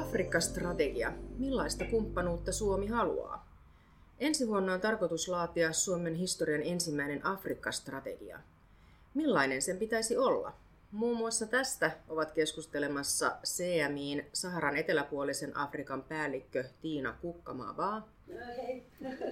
Afrikka-strategia. Millaista kumppanuutta Suomi haluaa? Ensi vuonna on tarkoitus laatia Suomen historian ensimmäinen Afrikka-strategia. Millainen sen pitäisi olla? Muun muassa tästä ovat keskustelemassa CMI:n Saharan eteläpuolisen Afrikan päällikkö Tiina Kukkamavaa. Hei.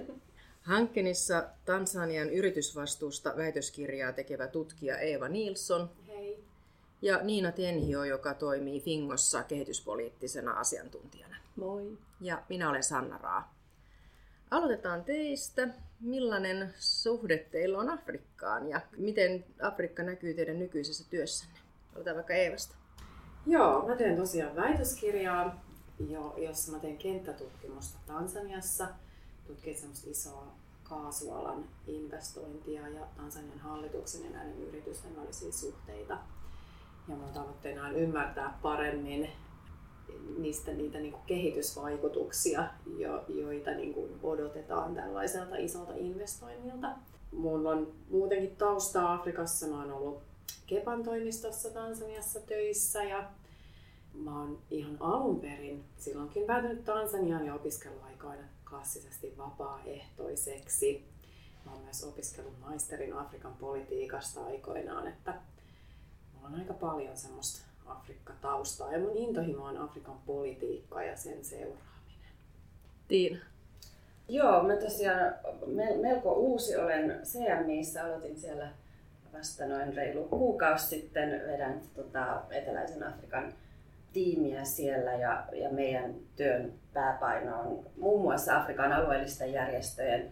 Hankkenissa Tansanian yritysvastuusta väitöskirjaa tekevä tutkija Eeva Nilsson. Hei. Ja Niina Tenhio, joka toimii Fingossa kehityspoliittisena asiantuntijana. Moi. Ja minä olen Sanna Raa. Aloitetaan teistä. Millainen suhde teillä on Afrikkaan ja miten Afrikka näkyy teidän nykyisessä työssänne? Aloitetaan vaikka Eevasta. Joo, mä teen tosiaan väitöskirjaa, jossa mä teen kenttätutkimusta Tansaniassa. Tutkin semmoista isoa kaasualan investointia ja Tansanian hallituksen ja näiden yritysten välisiä suhteita. Ja mun tavoitteena on ymmärtää paremmin niitä niin kuin kehitysvaikutuksia, joita niin kuin odotetaan tällaiselta isolta investoinnilta. Mulla on muutenkin taustaa Afrikassa. Mä oon ollut Kepan toimistossa Tansaniassa töissä ja mä oon ihan alun perin silloinkin päätynyt Tansaniaan ja opiskeluaikoina klassisesti vapaaehtoiseksi. Mä oon myös opiskellut maisterin Afrikan politiikasta aikoinaan, että mulla on aika paljon semmoista Afrikka-taustaa ja mun intohimo on Afrikan politiikka ja sen seuraaminen. Tiina. Joo, mä tosiaan melko uusi olen CMI:ssä. Aloitin siellä vasta noin reilu kuukausi sitten. Vedän Eteläisen Afrikan tiimiä siellä ja meidän työn pääpaino on muun muassa Afrikan alueellisten järjestöjen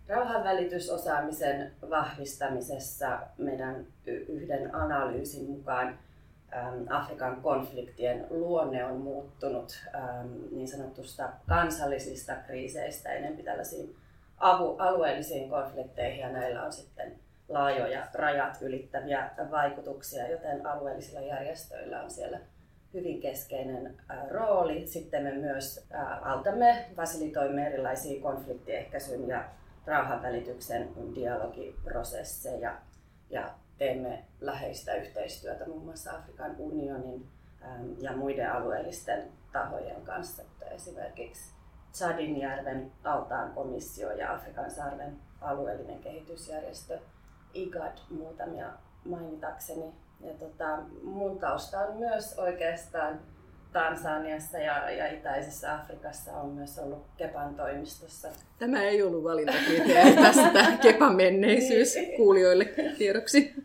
rauhanvälitysosaamisen vahvistamisessa. Meidän yhden analyysin mukaan Afrikan konfliktien luonne on muuttunut niin sanotusta kansallisista kriiseistä enemmän tällaisiin alueellisiin konflikteihin ja näillä on sitten laajoja rajat ylittäviä vaikutuksia, joten alueellisilla järjestöillä on siellä hyvin keskeinen rooli. Sitten me myös fasilitoimme erilaisia konfliktiehkäisyn ja rauhanvälityksen dialogiprosesseja ja teemme läheistä yhteistyötä muun muassa Afrikan unionin ja muiden alueellisten tahojen kanssa, esimerkiksi Chadinjärven altaan komissio ja Afrikan sarven alueellinen kehitysjärjestö IGAD muutamia mainitakseni. Ja mun tausta on myös oikeastaan Tansaniassa ja itäisessä Afrikassa on myös ollut Kepan toimistossa. Tämä ei ollut valintakriteeri tästä Kepan menneisyys kuulijoille tiedoksi.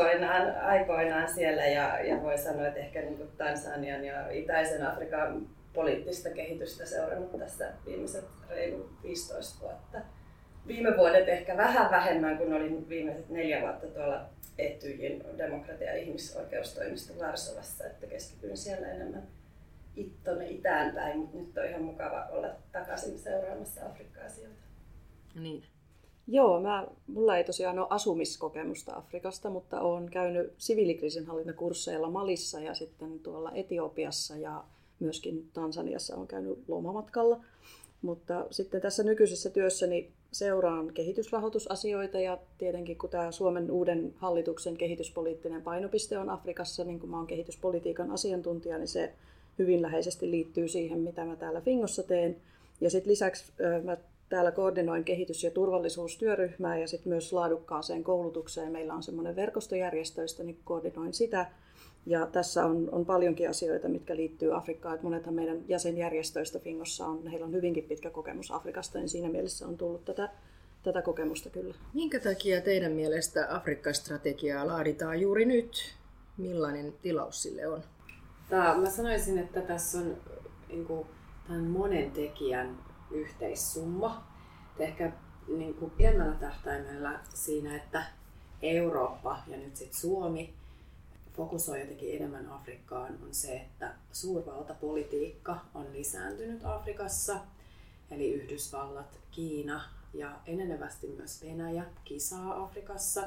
Aikoinaan siellä ja voi sanoa, että ehkä niin kuin Tansanian ja itäisen Afrikan poliittista kehitystä seurannut tässä viimeiset reilu 15 vuotta. Viime vuodet ehkä vähän vähemmän, kun olin viimeiset 4 vuotta tuolla Etyjin demokratia- ja ihmisoikeustoimiston Varsovassa, että keskityin siellä enemmän tuonne itään päin, mutta nyt on ihan mukava olla takaisin seuraamassa Afrikka-asioita. Niin. Joo, mulla ei tosiaan ole asumiskokemusta Afrikasta, mutta olen käynyt siviilikriisinhallintakursseilla Malissa ja sitten tuolla Etiopiassa ja myöskin Tansaniassa olen käynyt lomamatkalla. Mutta sitten tässä nykyisessä työssäni seuraan kehitysrahoitusasioita ja tietenkin kun tämä Suomen uuden hallituksen kehityspoliittinen painopiste on Afrikassa, niin kun mä oon kehityspolitiikan asiantuntija, niin se hyvin läheisesti liittyy siihen, mitä mä täällä Fingossa teen. Ja sitten lisäksi mä täällä koordinoin kehitys- ja turvallisuustyöryhmää ja sitten myös laadukkaaseen koulutukseen. Meillä on semmoinen verkostojärjestöistä, niin koordinoin sitä. Ja tässä on paljonkin asioita, mitkä liittyy Afrikkaan. Että monethan meidän jäsenjärjestöistä Fingossa heillä on hyvinkin pitkä kokemus Afrikasta, niin siinä mielessä on tullut tätä kokemusta kyllä. Minkä takia teidän mielestä Afrikka-strategiaa laaditaan juuri nyt? Millainen tilaus sille on? Mä sanoisin, että tässä on niin kuin, tämän monen tekijän yhteissumma. Ehkä niin kuin pidemmällä tähtäimellä siinä, että Eurooppa ja nyt sitten Suomi fokusoi jotenkin enemmän Afrikkaan, on se, että suurvaltapolitiikka on lisääntynyt Afrikassa. Eli Yhdysvallat, Kiina ja enenevästi myös Venäjä kisaa Afrikassa.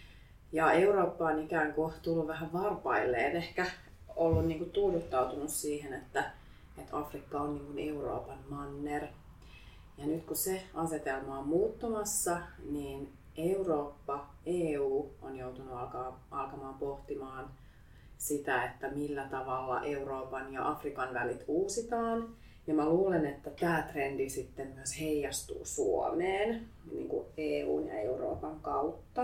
Ja Eurooppa on ikään kuin tullut vähän varpailleen, ehkä ollut niin kuin tuuduttautunut siihen, että Afrikka on niin kuin Euroopan manner. Ja nyt kun se asetelma on muuttumassa, niin Eurooppa, EU on joutunut alkamaan pohtimaan sitä, että millä tavalla Euroopan ja Afrikan välit uusitaan. Ja mä luulen, että tämä trendi sitten myös heijastuu Suomeen niin kuin EUn ja Euroopan kautta.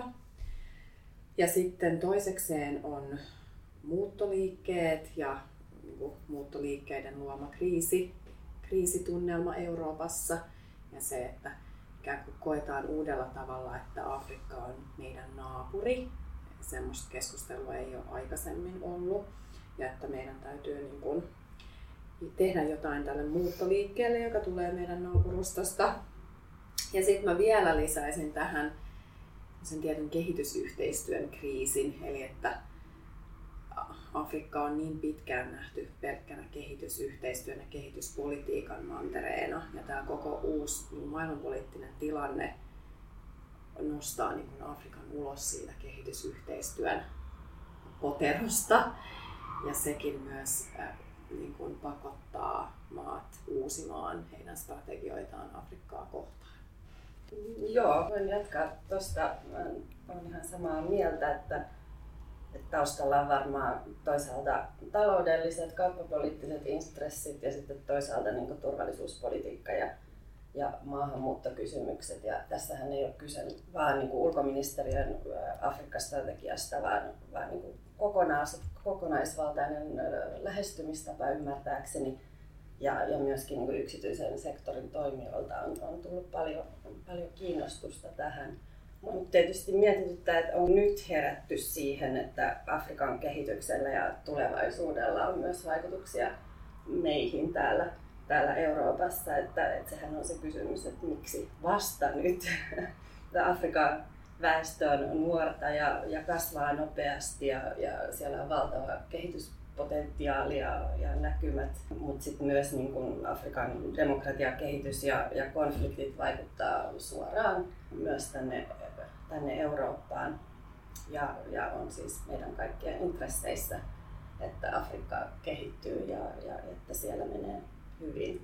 Ja sitten toisekseen on muuttoliikkeet ja niin kuin muuttoliikkeiden luoma kriisitunnelma Euroopassa. Ja se, että ikään kuin koetaan uudella tavalla, että Afrikka on meidän naapuri. Semmoista keskustelua ei ole aikaisemmin ollut. Ja että meidän täytyy niin kuin tehdä jotain tälle muuttoliikkeelle, joka tulee meidän naapurustosta. Ja sitten mä vielä lisäisin tähän sen tietyn kehitysyhteistyön kriisin, eli että Afrikka on niin pitkään nähty pelkkänä kehitysyhteistyön ja kehityspolitiikan mantereena, ja tämä koko uusi maailmanpoliittinen tilanne nostaa niin kuin Afrikan ulos siitä kehitysyhteistyön poterosta, ja sekin myös niin kuin pakottaa maat uusimaan heidän strategioitaan Afrikkaa kohtaan. Joo, voin jatkaa tuosta. Olen ihan samaa mieltä, että taustalla on varmaan toisaalta taloudelliset, kauppapoliittiset intressit ja sitten toisaalta niin kuin turvallisuuspolitiikka ja maahanmuuttokysymykset. Ja tässähän ei ole kyse vaan niin kuin ulkoministeriön Afrikka-strategiasta, vaan niin kuin kokonaisvaltainen lähestymistapa ymmärtääkseni. Ja myöskin niin kuin yksityisen sektorin toimijoilta on tullut paljon kiinnostusta tähän. Mutta tietysti mietityttää, että on nyt herätty siihen, että Afrikan kehityksellä ja tulevaisuudella on myös vaikutuksia meihin täällä Euroopassa. Että sehän on se kysymys, että miksi vasta nyt Afrikan väestö on nuorta ja kasvaa nopeasti ja siellä on valtava kehityspotentiaalia ja näkymät, mutta sitten myös niin kun Afrikan demokratiakehitys ja konfliktit vaikuttaa suoraan myös tänne Eurooppaan ja on siis meidän kaikkien intresseissä, että Afrikka kehittyy ja että siellä menee hyvin.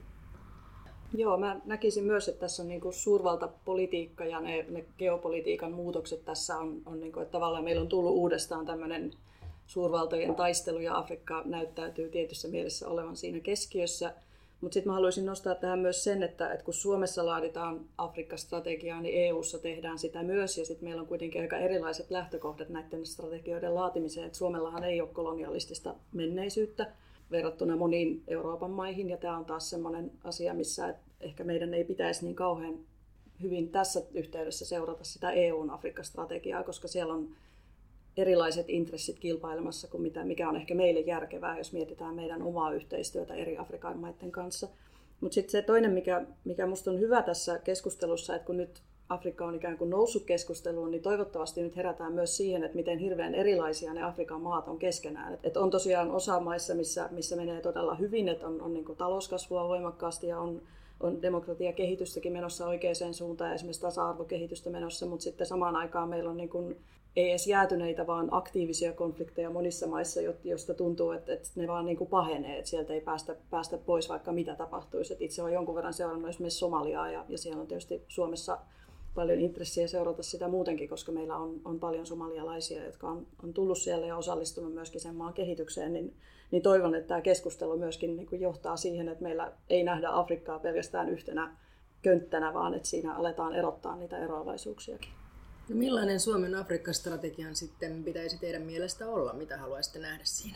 Joo, mä näkisin myös, että tässä on niinku suurvaltapolitiikka ja ne geopolitiikan muutokset tässä on niinku, että tavallaan meillä on tullut uudestaan tämmöinen suurvaltojen taistelu ja Afrikka näyttäytyy tietyssä mielessä olevan siinä keskiössä. Mutta sitten mä haluaisin nostaa tähän myös sen, että kun Suomessa laaditaan Afrikka-strategiaa, niin EU:ssa tehdään sitä myös. Ja sitten meillä on kuitenkin aika erilaiset lähtökohdat näiden strategioiden laatimiseen. Et Suomellahan ei ole kolonialistista menneisyyttä verrattuna moniin Euroopan maihin. Ja tämä on taas semmoinen asia, missä ehkä meidän ei pitäisi niin kauhean hyvin tässä yhteydessä seurata sitä EUn Afrikka-strategiaa, koska siellä on erilaiset intressit kilpailemassa kuin mikä on ehkä meille järkevää, jos mietitään meidän omaa yhteistyötä eri Afrikan maiden kanssa. Mutta sitten se toinen, mikä musta on hyvä tässä keskustelussa, että kun nyt Afrikka on ikään kuin noussut keskusteluun, niin toivottavasti nyt herätään myös siihen, että miten hirveän erilaisia ne Afrikan maat on keskenään. Et on tosiaan osa maissa, missä menee todella hyvin, että on niin kuin talouskasvua voimakkaasti ja on demokratiakehitystäkin menossa oikeaan suuntaan ja esimerkiksi tasa-arvokehitystä menossa, mutta sitten samaan aikaan meillä on niin kuin ei edes jäätyneitä, vaan aktiivisia konflikteja monissa maissa, joista tuntuu, että ne vaan niin kuin pahenee, että sieltä ei päästä pois vaikka mitä tapahtuisi. Että itse olen jonkun verran seurannut esimerkiksi Somaliaa ja siellä on tietysti Suomessa paljon intressiä seurata sitä muutenkin, koska meillä on paljon somalialaisia, jotka on tullut siellä ja osallistunut myöskin sen maan kehitykseen, niin toivon, että tämä keskustelu myöskin niin kuin johtaa siihen, että meillä ei nähdä Afrikkaa pelkästään yhtenä könttänä, vaan että siinä aletaan erottaa niitä eroavaisuuksiakin. No millainen Suomen Afrikka-strategian sitten pitäisi teidän mielestä olla? Mitä haluaisitte nähdä siinä?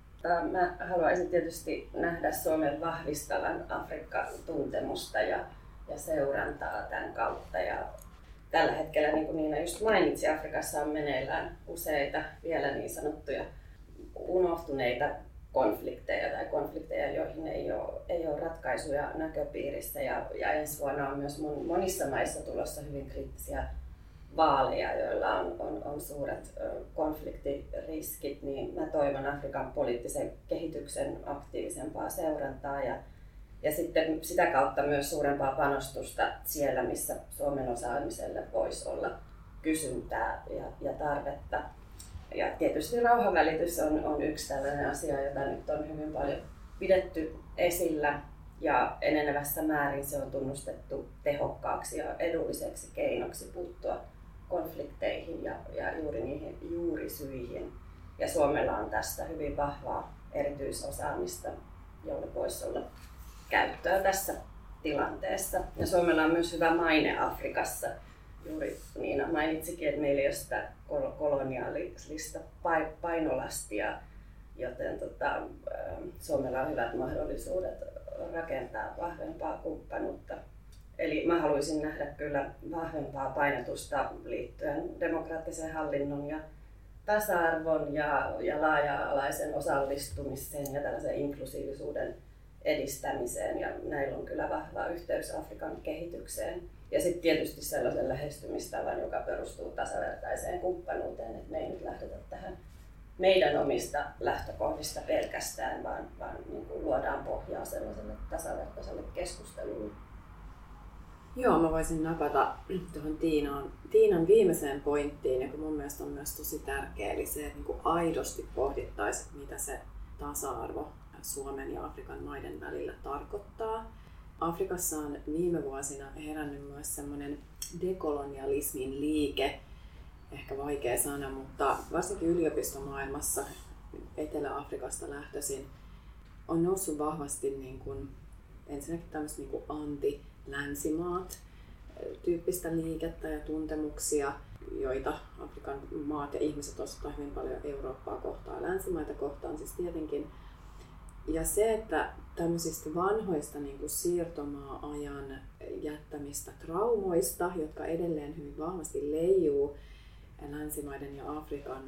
Mä haluaisin tietysti nähdä Suomen vahvistavan Afrikka-tuntemusta ja seurantaa tämän kautta. Ja tällä hetkellä, niin kuin Niina just mainitsi, Afrikassa on meneillään useita vielä niin sanottuja unohtuneita konflikteja, joihin ei ole ratkaisuja näköpiirissä. Ja ensi vuonna on myös monissa maissa tulossa hyvin kriittisiä vaaleja, joilla on suuret konfliktiriskit, niin mä toivon Afrikan poliittisen kehityksen aktiivisempaa seurantaa ja sitten sitä kautta myös suurempaa panostusta siellä, missä Suomen osaamiselle voisi olla kysyntää ja tarvetta. Ja tietysti rauhanvälitys on yksi tällainen asia, jota nyt on hyvin paljon pidetty esillä ja enenevässä määrin se on tunnustettu tehokkaaksi ja edulliseksi keinoksi puuttua konflikteihin ja juuri niihin juurisyihin. Ja Suomella on tästä hyvin vahvaa erityisosaamista, jolle voisi olla käyttöä tässä tilanteessa. Ja Suomella on myös hyvä maine Afrikassa. Juuri Niina mainitsikin, että meillä ei ole sitä koloniaalista painolastia, joten Suomella on hyvät mahdollisuudet rakentaa vahvempaa kumppanuutta. Eli mä haluaisin nähdä kyllä vahvempaa painotusta liittyen demokraattiseen hallinnon ja tasa-arvon ja laaja-alaisen osallistumisen ja tällaisen inklusiivisuuden edistämiseen. Ja näillä on kyllä vahva yhteys Afrikan kehitykseen. Ja sitten tietysti sellaisen lähestymistavan, joka perustuu tasavertaiseen kumppanuuteen, että me ei nyt lähdetä tähän meidän omista lähtökohdista pelkästään, vaan niin kuin luodaan pohjaa sellaiselle tasavertaiselle keskustelulle. Joo, mä voisin napata tuohon Tiinan viimeiseen pointtiin, joka mun mielestä on myös tosi tärkeä, eli se, että niin kuin aidosti pohdittaisiin, mitä se tasa-arvo Suomen ja Afrikan maiden välillä tarkoittaa. Afrikassa on viime vuosina herännyt myös semmoinen dekolonialismin liike, ehkä vaikea sana, mutta varsinkin yliopistomaailmassa Etelä-Afrikasta lähtöisin on noussut vahvasti niin kuin, ensinnäkin tämmöistä niin kuin anti-länsimaat tyyppistä liikettä ja tuntemuksia, joita Afrikan maat ja ihmiset osoittavat hyvin paljon Eurooppaa kohtaan, länsimaita kohtaan siis tietenkin. Ja se, että tämmöisistä vanhoista niin kuin siirtomaa-ajan jättämistä traumoista, jotka edelleen hyvin vahvasti leijuu länsimaiden ja Afrikan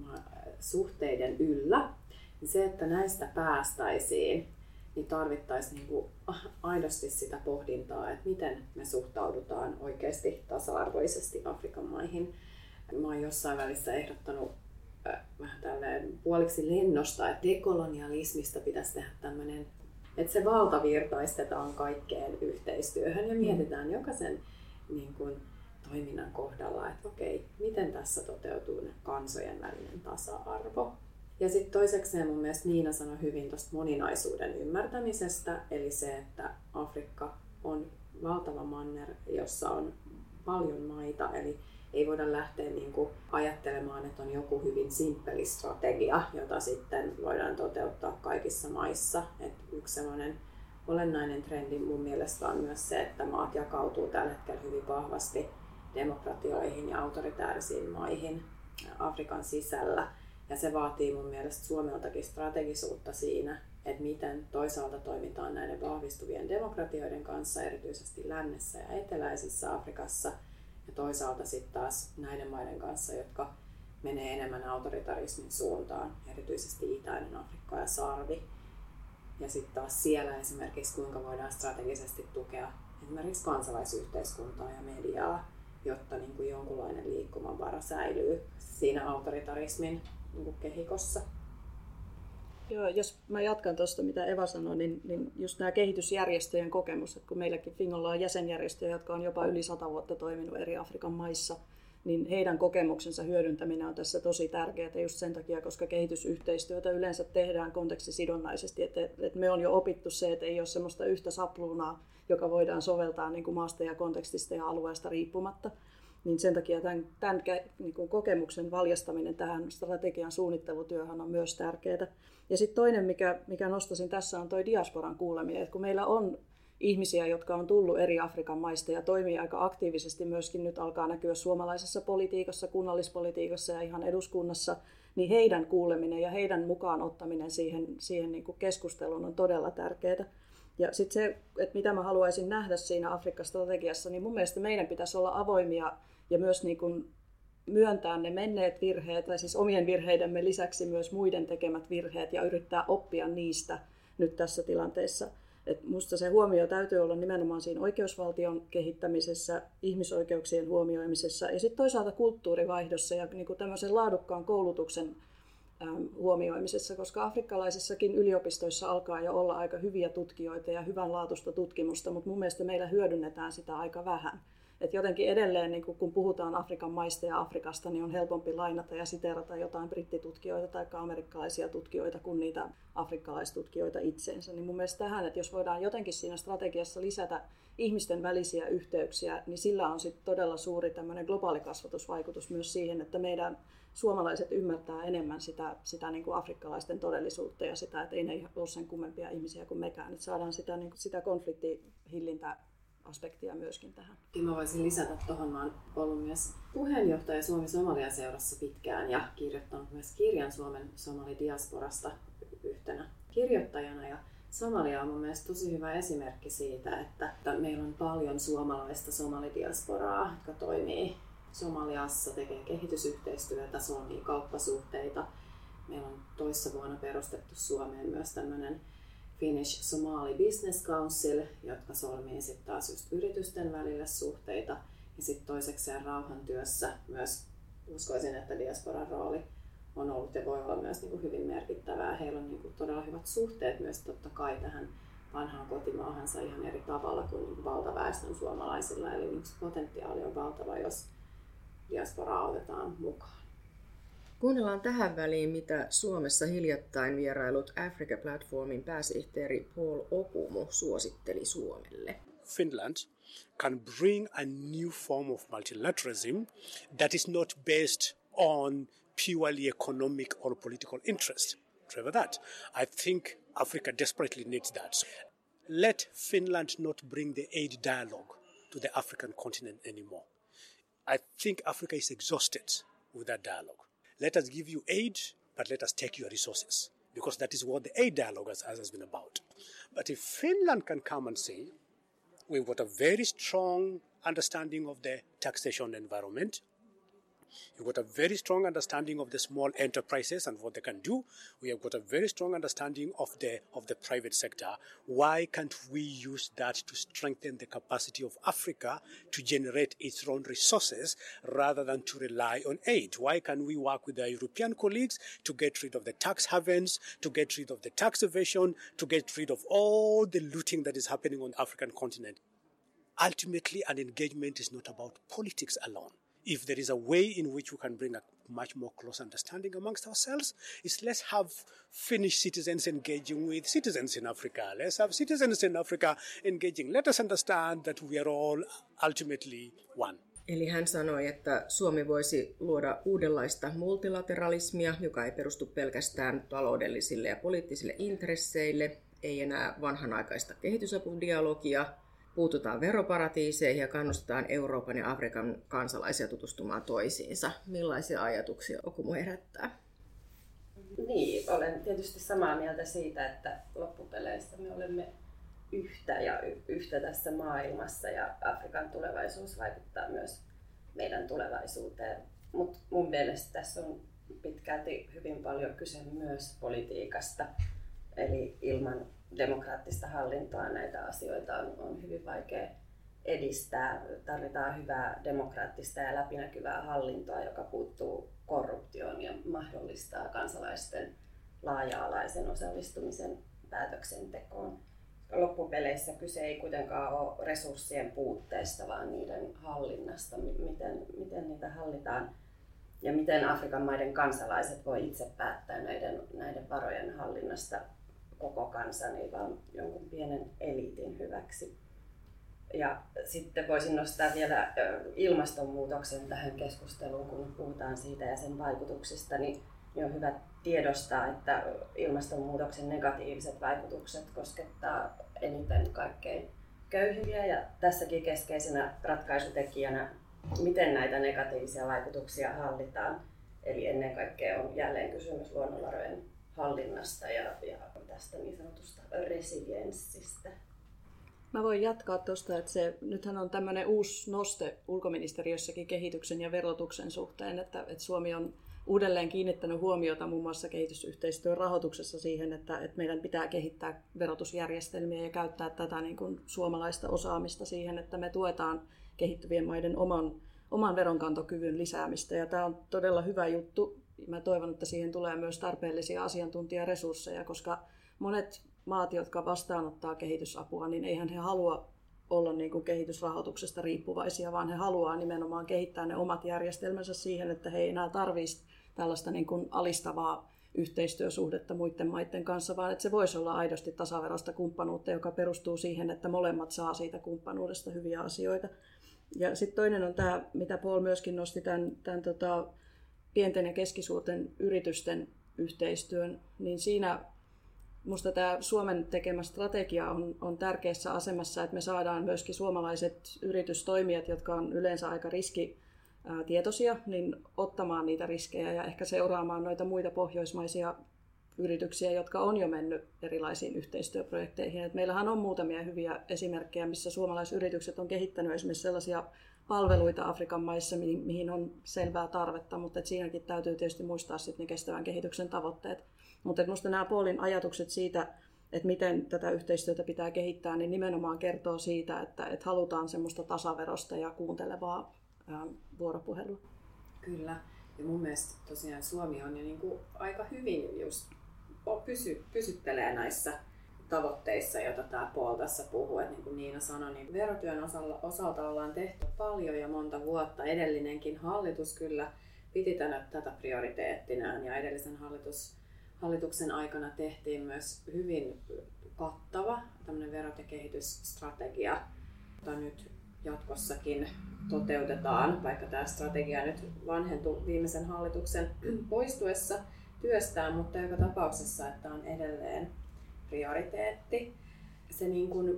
suhteiden yllä, niin se, että näistä päästäisiin, niin tarvittaisiin niin kuin aidosti sitä pohdintaa, että miten me suhtaudutaan oikeasti tasa-arvoisesti Afrikan maihin. Mä oon jossain välissä ehdottanut vähän tälleen puoliksi lennosta, että dekolonialismista pitäisi tehdä tämmöinen, että se valtavirtaistetaan kaikkeen yhteistyöhön ja mietitään jokaisen niin kuin toiminnan kohdalla, että okei, miten tässä toteutuu kansojen välinen tasa-arvo. Ja sitten toisekseen mun mielestä Niina sanoi hyvin tuosta moninaisuuden ymmärtämisestä, eli se, että Afrikka on valtava manner, jossa on paljon maita, eli ei voida lähteä niin kuin ajattelemaan, että on joku hyvin simppeli strategia, jota sitten voidaan toteuttaa kaikissa maissa. Et yksi sellainen olennainen trendi mun mielestä on myös se, että maat jakautuu tällä hetkellä hyvin vahvasti demokratioihin ja autoritäärisiin maihin Afrikan sisällä. Ja se vaatii mun mielestä Suomeltakin strategisuutta siinä, että miten toisaalta toimitaan näiden vahvistuvien demokratioiden kanssa, erityisesti lännessä ja eteläisessä Afrikassa, ja toisaalta sitten taas näiden maiden kanssa, jotka menee enemmän autoritarismin suuntaan, erityisesti Itäinen Afrikka ja Sarvi. Ja sitten taas siellä esimerkiksi kuinka voidaan strategisesti tukea esimerkiksi kansalaisyhteiskuntaa ja mediaa, jotta niin kuin jonkunlainen liikkumavara säilyy siinä autoritarismin niin kuin kehikossa. Joo, jos mä jatkan tuosta, mitä Eva sanoi, niin just nämä kehitysjärjestöjen kokemus, että kun meilläkin Fingolla on jäsenjärjestöjä, jotka on jopa yli 100 vuotta toiminut eri Afrikan maissa, niin heidän kokemuksensa hyödyntäminen on tässä tosi tärkeää just sen takia, koska kehitysyhteistyötä yleensä tehdään kontekstisidonnaisesti, että me on jo opittu se, että ei ole semmoista yhtä sapluunaa, joka voidaan soveltaa niin kuin maasta ja kontekstista ja alueesta riippumatta. Niin sen takia tämän niin kuin kokemuksen valjastaminen tähän strategian suunnittelutyöhön on myös tärkeää. Ja sitten toinen, mikä nostaisin tässä, on tuo diasporan kuuleminen. Et kun meillä on ihmisiä, jotka on tullut eri Afrikan maista ja toimii aika aktiivisesti myöskin nyt alkaa näkyä suomalaisessa politiikassa, kunnallispolitiikassa ja ihan eduskunnassa, niin heidän kuuleminen ja heidän mukaan ottaminen siihen niin kuin keskusteluun on todella tärkeää. Ja sitten se, että mitä mä haluaisin nähdä siinä Afrikka-strategiassa, niin mun mielestä meidän pitäisi olla avoimia ja myös niin kuin myöntää ne menneet virheet, tai siis omien virheidemme lisäksi myös muiden tekemät virheet ja yrittää oppia niistä nyt tässä tilanteessa. Et musta se huomio täytyy olla nimenomaan siinä oikeusvaltion kehittämisessä, ihmisoikeuksien huomioimisessa ja sitten toisaalta kulttuurivaihdossa ja niin kuin tämmöisen laadukkaan koulutuksen huomioimisessa, koska afrikkalaisissakin yliopistoissa alkaa jo olla aika hyviä tutkijoita ja hyvänlaatuista tutkimusta, mutta mun mielestä meillä hyödynnetään sitä aika vähän. Et jotenkin edelleen, niin kun puhutaan Afrikan maista ja Afrikasta, niin on helpompi lainata ja siteerata jotain brittitutkijoita tai amerikkalaisia tutkijoita kuin niitä afrikkalaistutkijoita itseensä. Niin mun mielestä tähän, että jos voidaan jotenkin siinä strategiassa lisätä ihmisten välisiä yhteyksiä, niin sillä on sitten todella suuri tämmöinen globaali kasvatusvaikutus myös siihen, että suomalaiset ymmärtää enemmän sitä niin kuin afrikkalaisten todellisuutta ja sitä, että ei ne ole sen kummempia ihmisiä kuin mekään. Että saadaan sitä konfliktihillintäaspektia myöskin tähän. Mä voisin lisätä tuohon, mä oon ollut myös puheenjohtaja Suomi-Somalia-seurassa pitkään ja kirjoittanut myös kirjan Suomen somalidiasporasta yhtenä kirjoittajana. Ja Somalia on mun mielestä tosi hyvä esimerkki siitä, että meillä on paljon suomalaista somalidiasporaa, jotka toimii Somaliassa, tekee kehitysyhteistyötä, solmii kauppasuhteita. Meillä on toissa vuonna perustettu Suomeen myös tämmöinen Finnish Somali Business Council, jotka solmii sitten taas just yritysten välille suhteita. Ja sitten toisekseen rauhantyössä myös uskoisin, että diasporan rooli on ollut ja voi olla myös niin kuin hyvin merkittävää. Heillä on niin kuin todella hyvät suhteet myös totta kai tähän vanhaan kotimaahansa ihan eri tavalla kuin valtaväestön suomalaisilla. Eli niin potentiaali on valtava, jos diasporaa otetaan mukaan. Kuunnellaan tähän väliin, mitä Suomessa hiljattain vierailut Africa Platformin pääsihteeri Paul Okumu suositteli Suomelle. Finland can bring a new form of multilateralism that is not based on purely economic or political interest. Trevor, that. I think Africa desperately needs that. Let Finland not bring the aid dialogue to the African continent anymore. I think Africa is exhausted with that dialogue. Let us give you aid, but let us take your resources, because that is what the aid dialogue has been about. But if Finland can come and say, we've got a very strong understanding of the taxation environment, you've got a very strong understanding of the small enterprises and what they can do. We have got a very strong understanding of the private sector. Why can't we use that to strengthen the capacity of Africa to generate its own resources rather than to rely on aid? Why can't we work with our European colleagues to get rid of the tax havens, to get rid of the tax evasion, to get rid of all the looting that is happening on the African continent? Ultimately, an engagement is not about politics alone. If there is a way in which we can bring a much more close understanding amongst ourselves, is let's have Finnish citizens engaging with citizens in Africa. Let's have citizens in Africa engaging. Let us understand that we are all ultimately one. Eli hän sanoi, että Suomi voisi luoda uudenlaista multilateralismia, joka ei perustu pelkästään taloudellisille ja poliittisille intresseille, ei enää vanhanaikaista kehitysapudialogia, puututaan veroparatiiseihin ja kannustetaan Euroopan ja Afrikan kansalaisia tutustumaan toisiinsa. Millaisia ajatuksia Okumu herättää? Niin, olen tietysti samaa mieltä siitä, että loppupeleissä me olemme yhtä tässä maailmassa ja Afrikan tulevaisuus vaikuttaa myös meidän tulevaisuuteen. Mutta mun mielestä tässä on pitkälti hyvin paljon kyse myös politiikasta. Eli ilman demokraattista hallintoa näitä asioita on hyvin vaikea edistää. Tarvitaan hyvää demokraattista ja läpinäkyvää hallintoa, joka puuttuu korruptioon ja mahdollistaa kansalaisten laaja-alaisen osallistumisen päätöksentekoon. Loppupeleissä kyse ei kuitenkaan ole resurssien puutteesta, vaan niiden hallinnasta, miten niitä hallitaan ja miten Afrikan maiden kansalaiset voi itse päättää näiden varojen hallinnasta koko kansan, ei vaan jonkun pienen eliitin hyväksi. Ja sitten voisin nostaa vielä ilmastonmuutoksen tähän keskusteluun, kun puhutaan siitä ja sen vaikutuksista, niin on hyvä tiedostaa, että ilmastonmuutoksen negatiiviset vaikutukset koskettaa eniten kaikkein köyhimpiä ja tässäkin keskeisenä ratkaisutekijänä, miten näitä negatiivisia vaikutuksia hallitaan. Eli ennen kaikkea on jälleen kysymys luonnonvarojen hallinnasta ja tästä niin sanotusta resilienssistä. Mä voin jatkaa tuosta, että nythän on tämmöinen uusi noste ulkoministeriössäkin kehityksen ja verotuksen suhteen, että Suomi on uudelleen kiinnittänyt huomiota muun muassa kehitysyhteistyön rahoituksessa siihen, että meidän pitää kehittää verotusjärjestelmiä ja käyttää tätä niin kuin suomalaista osaamista siihen, että me tuetaan kehittyvien maiden oman veronkantokyvyn lisäämistä. Ja tämä on todella hyvä juttu. Mä toivon, että siihen tulee myös tarpeellisia asiantuntijaresursseja, koska monet maat, jotka vastaanottaa kehitysapua, niin eihän he halua olla niin kuin kehitysrahoituksesta riippuvaisia, vaan he haluaa nimenomaan kehittää ne omat järjestelmänsä siihen, että he ei enää tarvitsisi tällaista niin kuin alistavaa yhteistyösuhdetta muiden maiden kanssa, vaan että se voisi olla aidosti tasaveroista kumppanuutta, joka perustuu siihen, että molemmat saa siitä kumppanuudesta hyviä asioita. Ja sitten toinen on tämä, mitä Paul myöskin nosti, tämän pienten ja keskisuurten yritysten yhteistyön, niin siinä minusta tämä Suomen tekemä strategia on tärkeässä asemassa, että me saadaan myöskin suomalaiset yritystoimijat, jotka on yleensä aika riskitietoisia, niin ottamaan niitä riskejä ja ehkä seuraamaan noita muita pohjoismaisia yrityksiä, jotka on jo mennyt erilaisiin yhteistyöprojekteihin. Et meillähän on muutamia hyviä esimerkkejä, missä suomalaisyritykset on kehittänyt esimerkiksi sellaisia palveluita Afrikan maissa, mihin on selvää tarvetta, mutta siinäkin täytyy tietysti muistaa sitten ne kestävän kehityksen tavoitteet. Mutta minusta nämä Paulin ajatukset siitä, että miten tätä yhteistyötä pitää kehittää, niin nimenomaan kertoo siitä, että halutaan semmoista tasaverosta ja kuuntelevaa vuoropuhelua. Kyllä. Ja mun mielestä tosiaan Suomi on jo niin kuin aika hyvin just pysyttelee näissä tavoitteissa, joita tämä Paul tässä puhuu. Että niin kuin Niina sanoi, niin verotyön osalta ollaan tehty paljon ja monta vuotta. Edellinenkin hallitus kyllä piti tätä prioriteettinaan ja edellisen hallituksen aikana tehtiin myös hyvin kattava tämmöinen verot- ja kehitysstrategia, jota nyt jatkossakin toteutetaan, vaikka tämä strategia nyt vanhentui viimeisen hallituksen poistuessa työstään, mutta joka tapauksessa, että on edelleen prioriteetti. Se niin kuin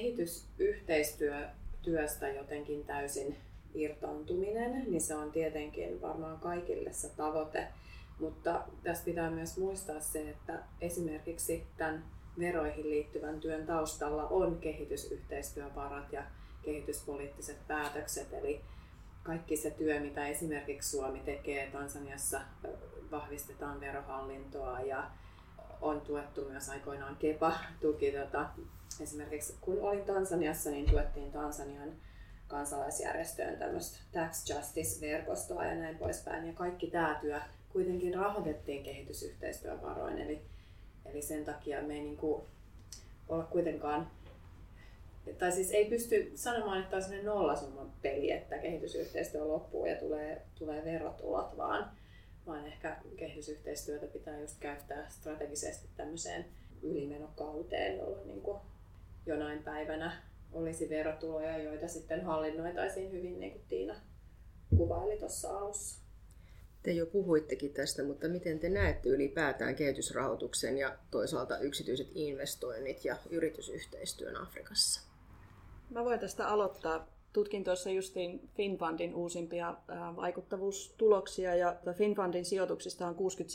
kehitysyhteistyöstä jotenkin täysin irtaantuminen, niin se on tietenkin varmaan kaikille se tavoite, mutta tässä pitää myös muistaa se, että esimerkiksi tämän veroihin liittyvän työn taustalla on kehitysyhteistyövarat ja kehityspoliittiset päätökset, eli kaikki se työ, mitä esimerkiksi Suomi tekee Tansaniassa, vahvistetaan verohallintoa ja on tuettu myös aikoinaan KEPA-tuki. Esimerkiksi kun olin Tansaniassa, niin tuettiin Tansanian kansalaisjärjestöön tämmöistä Tax Justice-verkostoa ja näin poispäin. Ja kaikki tämä työ kuitenkin rahoitettiin kehitysyhteistyövaroin, eli sen takia me ei niin kuin olla kuitenkaan, tai siis ei pysty sanomaan, että on sellainen nollasumman peli, että kehitysyhteistyö loppuu ja tulee verotulot, vaan ehkä kehitysyhteistyötä pitää just käyttää strategisesti tämmöiseen ylimenokauteen, jolloin niin kuin jonain päivänä olisi verotuloja, joita sitten hallinnoitaisiin hyvin, niin kuin Tiina kuvaili tuossa alussa. Te jo puhuittekin tästä, mutta miten te näette ylipäätään kehitysrahoituksen ja toisaalta yksityiset investoinnit ja yritysyhteistyön Afrikassa? Mä voin tästä aloittaa. Tutkin tuossa justiin Finnfundin uusimpia vaikuttavuustuloksia ja Finnfundin sijoituksista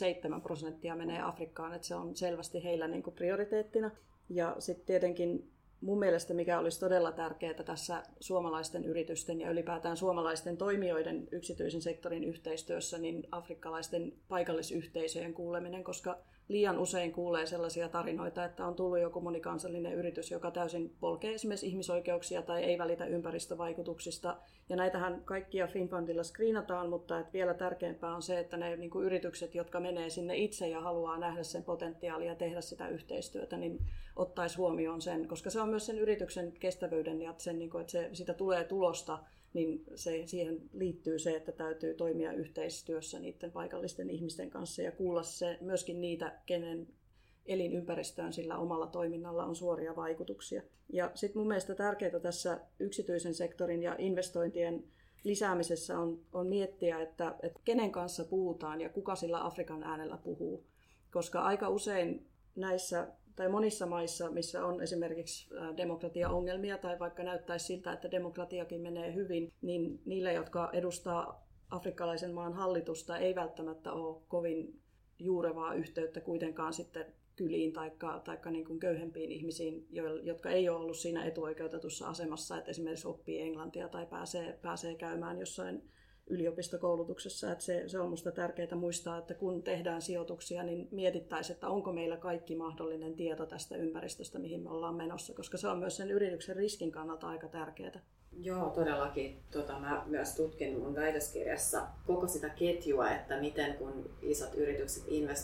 67% menee Afrikkaan, että se on selvästi heillä niin kuin prioriteettina. Ja sitten tietenkin mun mielestä mikä olisi todella tärkeää tässä suomalaisten yritysten ja ylipäätään suomalaisten toimijoiden yksityisen sektorin yhteistyössä, niin afrikkalaisten paikallisyhteisöjen kuuleminen, koska liian usein kuulee sellaisia tarinoita, että on tullut joku monikansallinen yritys, joka täysin polkee esimerkiksi ihmisoikeuksia tai ei välitä ympäristövaikutuksista. Ja näitähän kaikkia Finnfundilla screenataan, mutta että vielä tärkeämpää on se, että ne niin kuin yritykset, jotka menee sinne itse ja haluaa nähdä sen potentiaalia ja tehdä sitä yhteistyötä, niin ottaisi huomioon sen, koska se on myös sen yrityksen kestävyyden ja sen, niin kuin, että siitä tulee tulosta, niin siihen liittyy se, että täytyy toimia yhteistyössä niiden paikallisten ihmisten kanssa ja kuulla se, myöskin niitä, kenen elinympäristöön sillä omalla toiminnalla on suoria vaikutuksia. Ja sitten mun mielestä tärkeää tässä yksityisen sektorin ja investointien lisäämisessä on miettiä, että kenen kanssa puhutaan ja kuka sillä Afrikan äänellä puhuu. Koska aika usein näissä tai monissa maissa, missä on esimerkiksi demokratiaongelmia tai vaikka näyttäisi siltä, että demokratiakin menee hyvin, niin niille, jotka edustaa afrikkalaisen maan hallitusta, ei välttämättä ole kovin juurevaa yhteyttä kuitenkaan sitten kyliin tai niin kuin köyhempiin ihmisiin, jotka ei ole ollut siinä etuoikeutetussa asemassa, että esimerkiksi oppii englantia tai pääsee käymään jossain yliopistokoulutuksessa. Että se on minusta tärkeää muistaa, että kun tehdään sijoituksia, niin mietittäisiin, että onko meillä kaikki mahdollinen tieto tästä ympäristöstä, mihin me ollaan menossa, koska se on myös sen yrityksen riskin kannalta aika tärkeää. Joo, todellakin. Mä myös tutkin mun väitöskirjassa koko sitä ketjua, että miten kun isot yritykset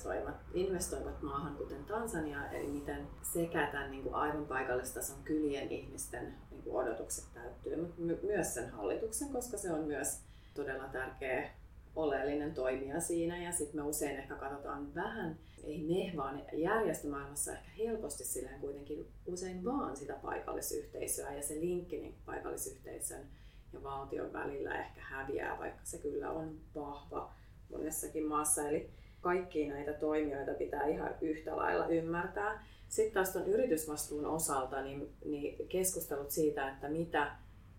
investoivat maahan, kuten Tansania, eli miten sekä tämän niin kuin aivan paikallistason kylien ihmisten niin kuin odotukset täyttyy, mutta myös sen hallituksen, koska se on myös todella tärkeä oleellinen toimija siinä. Ja sitten me usein ehkä katsotaan vähän, ei me vaan järjestömaailmassa ehkä helposti silleen kuitenkin usein vaan sitä paikallisyhteisöä ja se linkki niin paikallisyhteisön ja valtion välillä ehkä häviää, vaikka se kyllä on vahva monessakin maassa. Eli kaikkia näitä toimijoita pitää ihan yhtä lailla ymmärtää. Sitten taas tuon yritysvastuun osalta niin keskustelut siitä, että mitä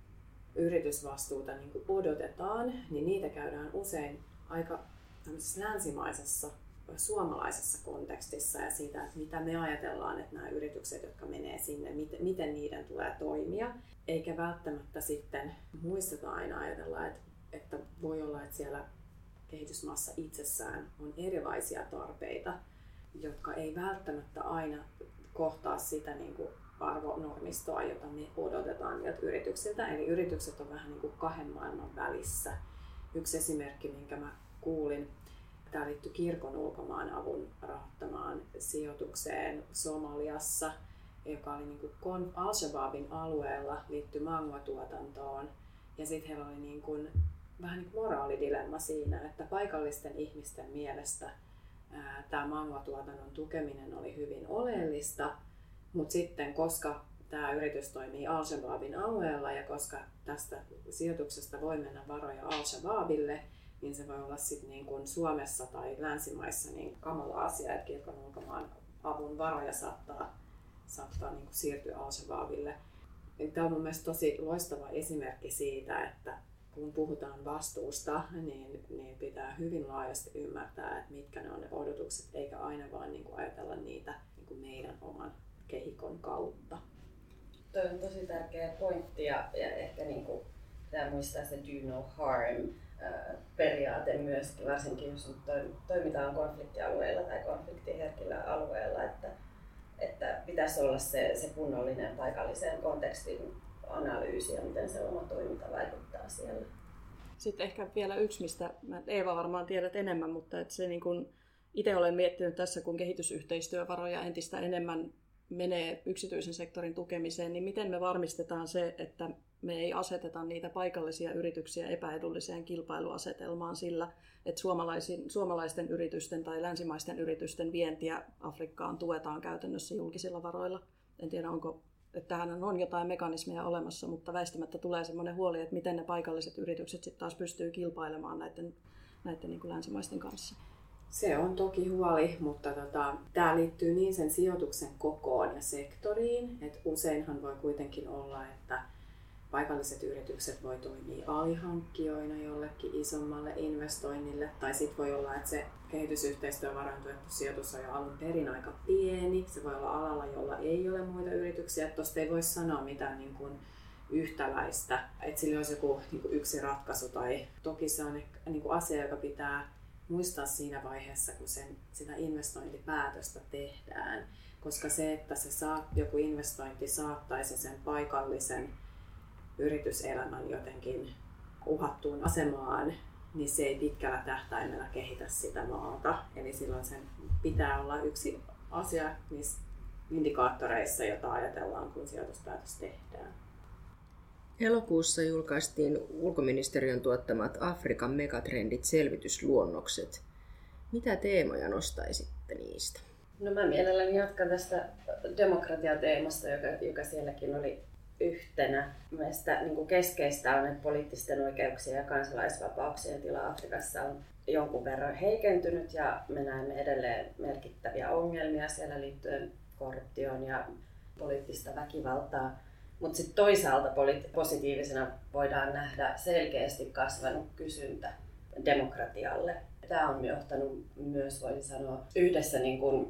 yritysvastuuta niin kuin odotetaan, niin niitä käydään usein aika länsimaisessa, suomalaisessa kontekstissa ja siitä, että mitä me ajatellaan, että nämä yritykset, jotka menee sinne, miten niiden tulee toimia. Eikä välttämättä sitten muisteta aina ajatella, että voi olla, että siellä kehitysmaassa itsessään on erilaisia tarpeita, jotka ei välttämättä aina kohtaa sitä niin kuin arvonormistoa, jota me odotetaan niiltä yrityksiltä. Eli yritykset on vähän niin kuin kahden maailman välissä. Yksi esimerkki, minkä mä kuulin, tämä liittyy kirkon ulkomaanavun rahoittamaan sijoitukseen Somaliassa, joka oli niin kuin Al-Shabaabin alueella, liittyi mangua-tuotantoon. Ja sitten heillä oli niin kuin, vähän niin kuin moraalidilemma siinä, että paikallisten ihmisten mielestä tämä mangua-tuotannon tukeminen oli hyvin oleellista, mutta sitten koska tämä yritys toimii Al-Shabaabin alueella ja koska tästä sijoituksesta voi mennä varoja Al-Shabaabille, niin se voi olla sitten niin kuin Suomessa tai länsimaissa niin kamala asia, että kirkon ulkomaan avun varoja saattaa niin kuin siirtyä Al-Shabaabille. Tämä on mun mielestä tosi loistava esimerkki siitä, että kun puhutaan vastuusta, niin pitää hyvin laajasti ymmärtää, että mitkä ne on ne odotukset, eikä aina vaan niin kuin ajatella niitä niin kuin meidän oman kehikon kautta. Tuo on tosi tärkeä pointti ja ehkä niin kuin, pitää muistaa se do no harm periaate myöskin, varsinkin jos toimitaan konfliktialueilla tai konfliktiherkillä alueilla, että pitäisi olla se kunnollinen paikallisen kontekstin analyysi ja miten se oma toiminta vaikuttaa siellä. Sitten ehkä vielä yksi, mistä Eeva varmaan tiedät enemmän, mutta että se niin kun itse olen miettinyt tässä, kun kehitysyhteistyövaroja entistä enemmän menee yksityisen sektorin tukemiseen, niin miten me varmistetaan se, että me ei aseteta niitä paikallisia yrityksiä epäedulliseen kilpailuasetelmaan sillä, että suomalaisten yritysten tai länsimaisten yritysten vientiä Afrikkaan tuetaan käytännössä julkisilla varoilla. En tiedä, että tähän on jotain mekanismeja olemassa, mutta väistämättä tulee sellainen huoli, että miten ne paikalliset yritykset sitten taas pystyy kilpailemaan näiden niin kuin länsimaisten kanssa. Se on toki huoli, mutta tämä liittyy niin sen sijoituksen kokoon ja sektoriin, että useinhan voi kuitenkin olla, että paikalliset yritykset voi toimia alihankkijoina jollekin isommalle investoinnille, tai sitten voi olla, että se kehitysyhteistyövaroin tuettu sijoitus on jo alun perin aika pieni. Se voi olla alalla, jolla ei ole muita yrityksiä. Tuosta ei voi sanoa mitään niin kuin yhtäläistä, että sillä olisi joku niin kuin yksi ratkaisu. Tai toki se on niin kuin asia, joka pitää muistaa siinä vaiheessa, kun sitä investointipäätöstä tehdään. Koska se, että joku investointi saattaisi sen paikallisen yrityselämän jotenkin uhattuun asemaan, niin se ei pitkällä tähtäimellä kehitä sitä maata. Eli silloin sen pitää olla yksi asia niissä indikaattoreissa, jota ajatellaan, kun sijoituspäätös tehdään. Elokuussa julkaistiin ulkoministeriön tuottamat Afrikan megatrendit selvitysluonnokset. Mitä teemoja nostaisitte niistä? No mä mielelläni jatkan tästä demokratiateemasta, joka sielläkin oli yhtenä. Mielestäni niin kuin keskeistä on, että poliittisten oikeuksien ja kansalaisvapauksien tila Afrikassa on jonkun verran heikentynyt ja me näemme edelleen merkittäviä ongelmia siellä liittyen korruptioon ja poliittista väkivaltaa. Mutta sitten toisaalta positiivisena voidaan nähdä selkeästi kasvanut kysyntä demokratialle. Tämä on johtanut myös, voisin sanoa, yhdessä niin kuin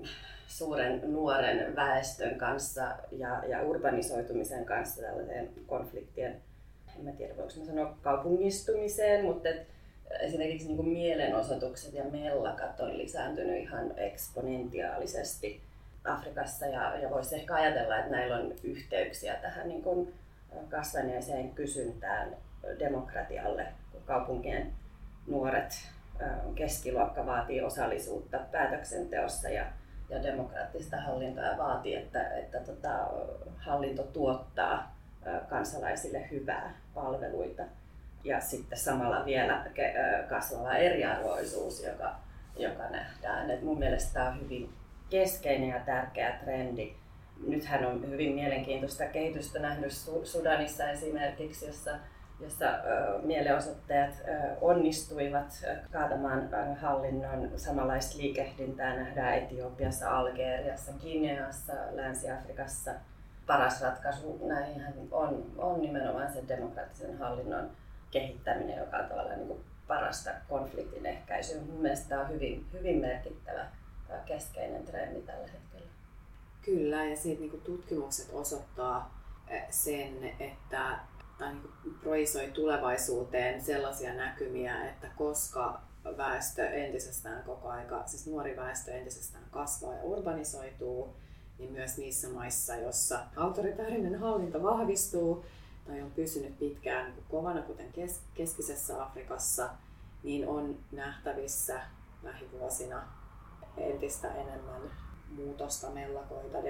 suuren nuoren väestön kanssa ja urbanisoitumisen kanssa tällaiseen konfliktien, en tiedä voinko mä sanoa kaupungistumiseen, mutta esimerkiksi niin kuin mielenosoitukset ja mellakat on lisääntynyt ihan eksponentiaalisesti Afrikassa ja voisi ehkä ajatella, että näillä on yhteyksiä tähän niin kuin kasvaneeseen kysyntään demokratialle, kun kaupunkien nuoret keskiluokka vaatii osallisuutta päätöksenteossa ja demokraattista hallintoa vaatii, että hallinto tuottaa kansalaisille hyvää palveluita. Ja sitten samalla vielä kasvava eriarvoisuus, joka nähdään. Et mun mielestä tämä on hyvin keskeinen ja tärkeä trendi. Nythän on hyvin mielenkiintoista kehitystä nähnyt Sudanissa esimerkiksi, jossa jossa mielenosoittajat onnistuivat kaatamaan hallinnon. Samanlaista liikehdintää nähdään Etiopiassa, Algeriassa, Guineassa, Länsi-Afrikassa. Paras ratkaisu näihin on nimenomaan sen demokraattisen hallinnon kehittäminen, joka on tavallaan niin kuin parasta konfliktin ehkäisyä. Mun mielestä tämä on hyvin merkittävä keskeinen trendi tällä hetkellä. Kyllä, ja siitä niin kuin tutkimukset osoittaa sen, että tai niin kuin projisoi tulevaisuuteen sellaisia näkymiä, että koska väestö entisestään koko aika, siis nuori väestö entisestään kasvaa ja urbanisoituu, niin myös niissä maissa, jossa autoritäärinen hallinto vahvistuu tai on pysynyt pitkään niin kuin kovana, kuten keskisessä Afrikassa, niin on nähtävissä lähivuosina entistä enemmän muutosta, mellakoita,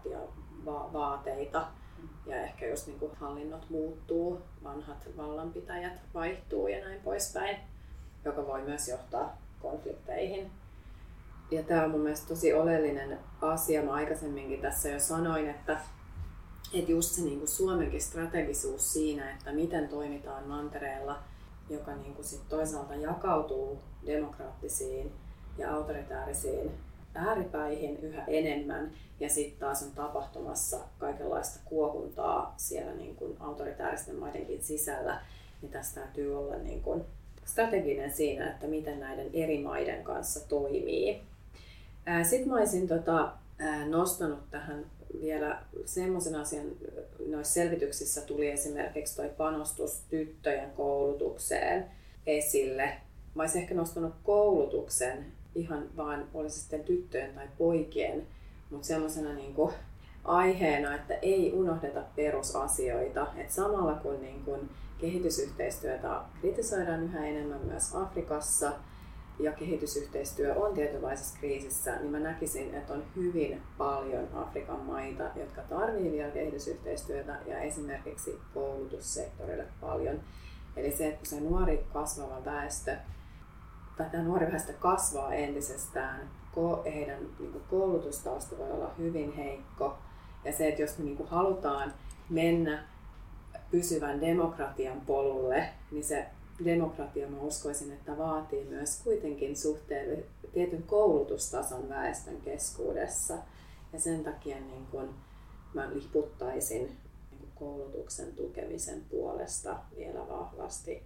demokratiavaateita. Ja ehkä jos niin kuin hallinnot muuttuu, vanhat vallanpitäjät vaihtuu ja näin poispäin, joka voi myös johtaa konflikteihin. Ja tämä on mun mielestä tosi oleellinen asia. Mä aikaisemminkin tässä jo sanoin, että just se niin kuin Suomenkin strategisuus siinä, että miten toimitaan mantereella, joka niin kuin sit toisaalta jakautuu demokraattisiin ja autoritäärisiin ääripäihin yhä enemmän, ja sitten taas on tapahtumassa kaikenlaista kuohuntaa siellä niin kuin autoritääristen maidenkin sisällä, niin tässä täytyy olla niin kuin strateginen siinä, että miten näiden eri maiden kanssa toimii. Sitten mä olisin nostanut tähän vielä semmoisen asian, noissa selvityksissä tuli esimerkiksi toi panostus tyttöjen koulutukseen esille. Mä olisin ehkä nostanut koulutuksen ihan vaan, olisi sitten tyttöjen tai poikien, mutta semmoisena niin kuin aiheena, että ei unohdeta perusasioita. Et samalla kun niin kuin kehitysyhteistyötä kritisoidaan yhä enemmän myös Afrikassa ja kehitysyhteistyö on tietynlaisessa kriisissä, niin mä näkisin, että on hyvin paljon Afrikan maita, jotka tarvitsevat vielä kehitysyhteistyötä ja esimerkiksi koulutussektorille paljon. Eli se, että se nuori kasvava väestö tai tämä nuori väestö kasvaa entisestään, heidän koulutustausta voi olla hyvin heikko. Ja se, että jos me halutaan mennä pysyvän demokratian polulle, niin se demokratia, mä uskoisin, että vaatii myös kuitenkin suhteen tietyn koulutustason väestön keskuudessa. Ja sen takia niin kun mä liputtaisin koulutuksen tukemisen puolesta vielä vahvasti.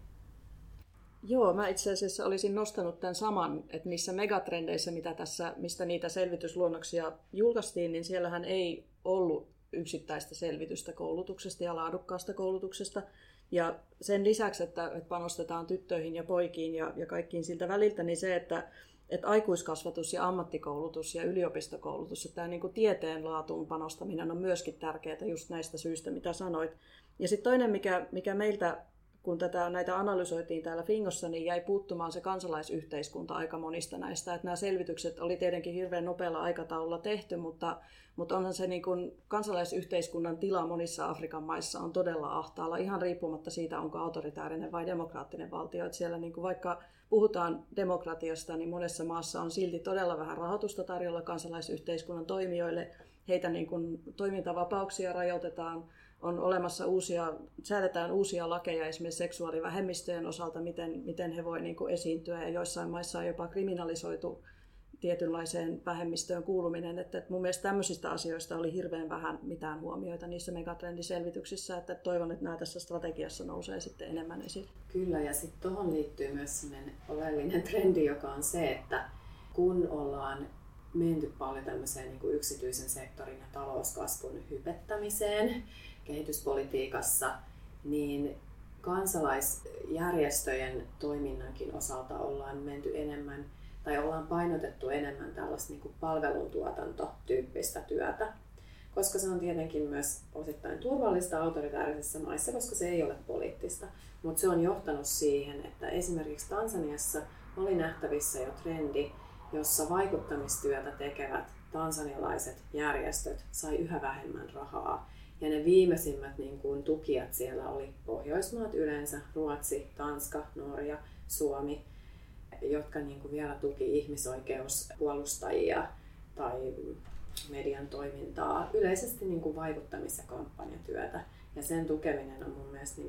Joo, mä itse asiassa olisin nostanut tämän saman, että niissä megatrendeissä, mistä niitä selvitysluonnoksia julkaistiin, niin siellähän ei ollut yksittäistä selvitystä koulutuksesta ja laadukkaasta koulutuksesta. Ja sen lisäksi, että panostetaan tyttöihin ja poikiin ja kaikkiin siltä väliltä, niin se, että aikuiskasvatus ja ammattikoulutus ja yliopistokoulutus ja tämä niin kuin tieteen laatuun panostaminen on myöskin tärkeää just näistä syistä, mitä sanoit. Ja sitten toinen, mikä meiltä, kun näitä analysoitiin täällä Fingossa, niin jäi puuttumaan se kansalaisyhteiskunta aika monista näistä. Että nämä selvitykset oli tietenkin hirveän nopealla aikataululla tehty, mutta onhan se niin kuin kansalaisyhteiskunnan tila monissa Afrikan maissa on todella ahtaalla, ihan riippumatta siitä, onko autoritäärinen vai demokraattinen valtio. Että siellä niin kuin vaikka puhutaan demokratiasta, niin monessa maassa on silti todella vähän rahoitusta tarjolla kansalaisyhteiskunnan toimijoille. Heitä niin kuin toimintavapauksia rajoitetaan. On olemassa säädetään uusia lakeja esimerkiksi seksuaalivähemmistöjen osalta, miten he voi niin kuin esiintyä, ja joissain maissa on jopa kriminalisoitu tietynlaiseen vähemmistöön kuuluminen. Että mun mielestä tämmöisistä asioista oli hirveän vähän mitään huomioita niissä megatrendiselvityksissä, että toivon, että nämä tässä strategiassa nousee sitten enemmän esille. Kyllä, ja sitten tuohon liittyy myös sellainen oleellinen trendi, joka on se, että kun ollaan menty paljon tämmöiseen niin kuin yksityisen sektorin ja talouskasvun hypettämiseen kehityspolitiikassa, niin kansalaisjärjestöjen toiminnankin osalta ollaan menty enemmän tai ollaan painotettu enemmän tällaista niin kuin palveluntuotantotyyppistä työtä, koska se on tietenkin myös osittain turvallista autoritäärisissa maissa, koska se ei ole poliittista. Mutta se on johtanut siihen, että esimerkiksi Tansaniassa oli nähtävissä jo trendi, jossa vaikuttamistyötä tekevät tansanialaiset järjestöt sai yhä vähemmän rahaa. Ja ne viimeisimmät niin kuin tukijat siellä oli Pohjoismaat yleensä, Ruotsi, Tanska, Norja, Suomi, jotka niin kuin vielä tuki ihmisoikeuspuolustajia tai median toimintaa, yleisesti niin kuin vaikuttamis- ja kampanjatyötä. Ja sen tukeminen on mun mielestä niin kuin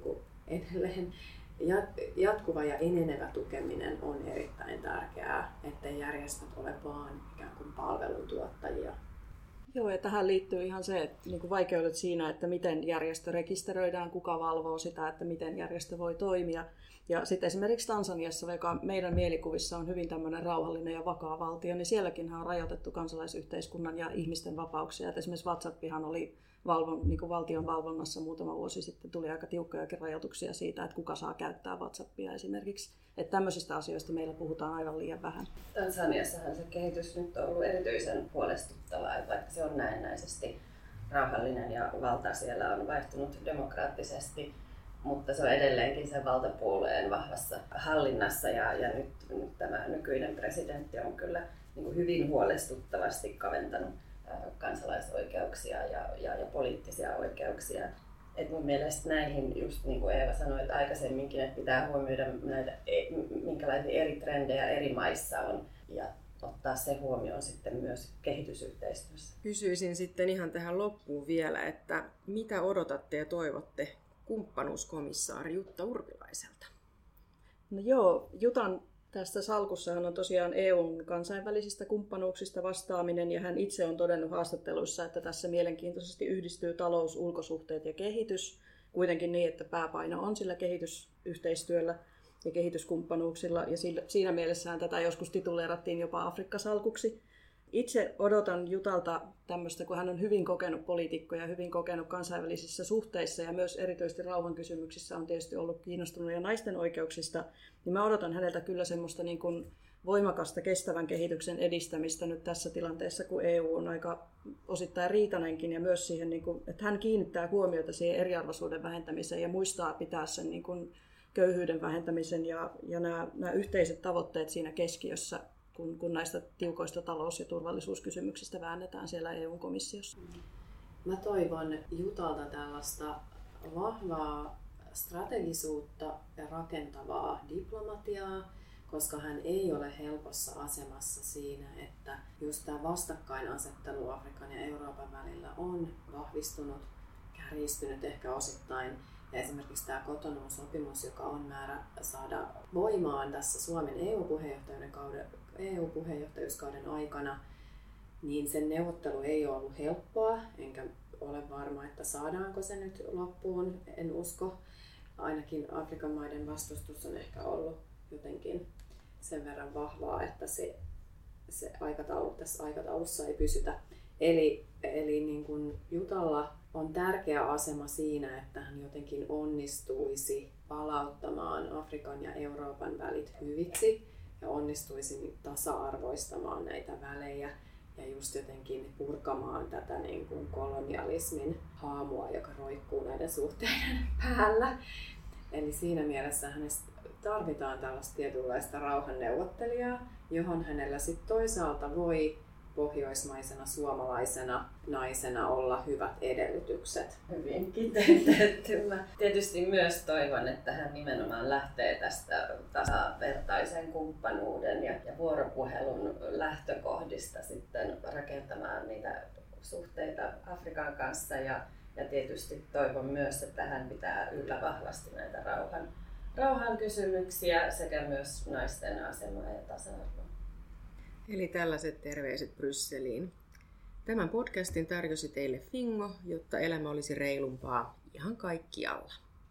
edelleen jatkuva ja enenevä tukeminen on erittäin tärkeää, ettei järjestöt ole vaan ikään kuin palveluntuottajia. Joo, ja tähän liittyy ihan se, että niin kuin vaikeudet siinä, että miten järjestö rekisteröidään, kuka valvoo sitä, että miten järjestö voi toimia. Ja sitten esimerkiksi Tansaniassa, joka meidän mielikuvissa on hyvin tämmöinen rauhallinen ja vakaa valtio, niin sielläkin on rajoitettu kansalaisyhteiskunnan ja ihmisten vapauksia. Et esimerkiksi WhatsAppihan oli niin kuin valtion valvonnassa muutama vuosi sitten, tuli aika tiukkojakin rajoituksia siitä, että kuka saa käyttää WhatsAppia esimerkiksi. Että tämmöisistä asioista meillä puhutaan aivan liian vähän. Tansaniassahan se kehitys nyt on ollut erityisen huolestuttavaa, että vaikka se on näennäisesti rauhallinen ja valta siellä on vaihtunut demokraattisesti, mutta se on edelleenkin sen valtapuolueen vahvassa hallinnassa ja nyt tämä nykyinen presidentti on kyllä niin kuin hyvin huolestuttavasti kaventanut kansalaisoikeuksia ja poliittisia oikeuksia. Et mun mielestä näihin, just niin kuin Eeva sanoi, että aikaisemminkin, että pitää huomioida näitä, minkälaisia eri trendejä eri maissa on ja ottaa se huomioon sitten myös kehitysyhteistyössä. Kysyisin sitten ihan tähän loppuun vielä, että mitä odotatte ja toivotte kumppanuuskomissaari Jutta Urpilaiselta? No joo, Jutan tästä salkussahan on tosiaan EUn kansainvälisistä kumppanuuksista vastaaminen, ja hän itse on todennut haastatteluissa, että tässä mielenkiintoisesti yhdistyy talous, ulkosuhteet ja kehitys, kuitenkin niin, että pääpaino on sillä kehitysyhteistyöllä ja kehityskumppanuuksilla, ja siinä mielessään tätä joskus tituleerattiin jopa Afrikka-salkuksi. Itse odotan Jutalta tämmöistä, kun hän on hyvin kokenut poliitikko ja hyvin kokenut kansainvälisissä suhteissa ja myös erityisesti rauhankysymyksissä on tietysti ollut kiinnostunut ja naisten oikeuksista, niin mä odotan häneltä kyllä semmoista niin kuin voimakasta kestävän kehityksen edistämistä nyt tässä tilanteessa, kun EU on aika osittain riitainenkin ja myös siihen, niin kuin, että hän kiinnittää huomiota siihen eriarvoisuuden vähentämiseen ja muistaa pitää sen niin kuin köyhyyden vähentämisen ja nämä yhteiset tavoitteet siinä keskiössä, kun näistä tiukoista talous- ja turvallisuuskysymyksistä väännetään siellä EU-komissiossa. Mä toivon Jutalta tällaista vahvaa strategisuutta ja rakentavaa diplomatiaa, koska hän ei ole helpossa asemassa siinä, että just tämä vastakkainasettelu Afrikan ja Euroopan välillä on vahvistunut, kärjistynyt ehkä osittain. Ja esimerkiksi tämä Cotonou-sopimus, joka on määrä saada voimaan tässä Suomen EU-puheenjohtajuuskauden aikana, niin sen neuvottelu ei ole ollut helppoa, enkä ole varma, että saadaanko se nyt loppuun, en usko. Ainakin Afrikan maiden vastustus on ehkä ollut jotenkin sen verran vahvaa, että se tässä aikataulussa ei pysytä. Eli niin kuin Jutalla on tärkeä asema siinä, että hän jotenkin onnistuisi palauttamaan Afrikan ja Euroopan välit hyviksi ja onnistuisi tasa-arvoistamaan näitä välejä ja just jotenkin purkamaan tätä niin kuin kolonialismin haamua, joka roikkuu näiden suhteiden päällä. Eli siinä mielessä hänestä tarvitaan tällaista tietynlaista rauhanneuvottelijaa, johon hänellä sitten toisaalta voi pohjoismaisena suomalaisena naisena olla hyvät edellytykset. Hyvin kiteytetty. Mä tietysti myös toivon, että hän nimenomaan lähtee tästä tasavertaisen kumppanuuden ja vuoropuhelun lähtökohdista sitten rakentamaan niitä suhteita Afrikan kanssa ja tietysti toivon myös, että hän pitää yllä vahvasti näitä rauhan kysymyksiä sekä myös naisten asemaa ja tasa-arvoa. Eli tällaiset terveiset Brysseliin. Tämän podcastin tarjosi teille Fingo, jotta elämä olisi reilumpaa ihan kaikkialla.